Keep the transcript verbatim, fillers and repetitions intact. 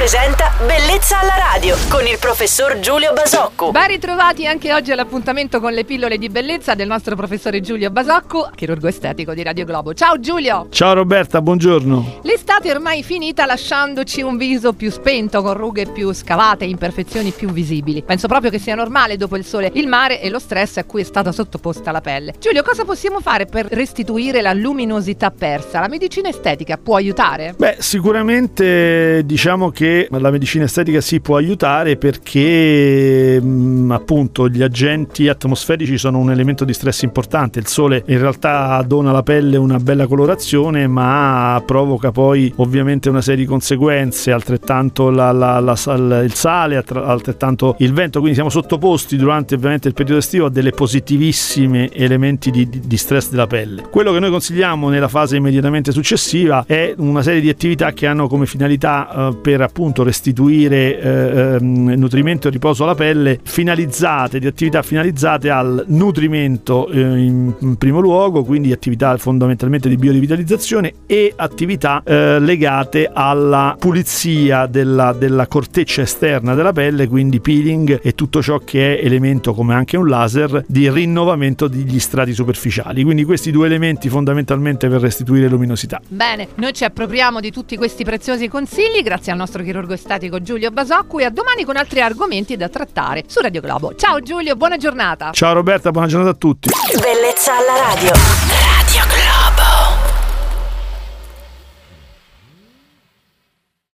presenta Bellezza alla radio con il professor Giulio Basocco. Ben ritrovati anche oggi all'appuntamento con le pillole di bellezza del nostro professore Giulio Basocco, chirurgo estetico di Radio Globo. Ciao Giulio! Ciao Roberta, buongiorno! L'estate è ormai finita, lasciandoci un viso più spento, con rughe più scavate e imperfezioni più visibili. Penso proprio che sia normale dopo il sole, il mare e lo stress a cui è stata sottoposta la pelle. Giulio, cosa possiamo fare per restituire la luminosità persa? La medicina estetica può aiutare? Beh, sicuramente diciamo che la medicina estetica si può aiutare perché mh, appunto gli agenti atmosferici sono un elemento di stress importante. Il sole in realtà dona alla pelle una bella colorazione, ma provoca poi ovviamente una serie di conseguenze, altrettanto la, la, la, il sale, altrettanto il vento, quindi siamo sottoposti durante ovviamente il periodo estivo a delle positivissime elementi di, di, di stress della pelle. Quello che noi consigliamo nella fase immediatamente successiva è una serie di attività che hanno come finalità eh, per appunto restituire eh, nutrimento e riposo alla pelle, finalizzate, di attività finalizzate al nutrimento eh, in, in primo luogo, quindi attività fondamentalmente di biorivitalizzazione e attività eh, legate alla pulizia della, della corteccia esterna della pelle, quindi peeling e tutto ciò che è elemento, come anche un laser, di rinnovamento degli strati superficiali. Quindi questi due elementi fondamentalmente per restituire luminosità. Bene, noi ci appropriamo di tutti questi preziosi consigli grazie al nostro chirurgo estetico Giulio Basocco e a domani con altri argomenti da trattare su Radio Globo. Ciao Giulio, buona giornata. Ciao Roberta, buona giornata a tutti. Bellezza alla radio.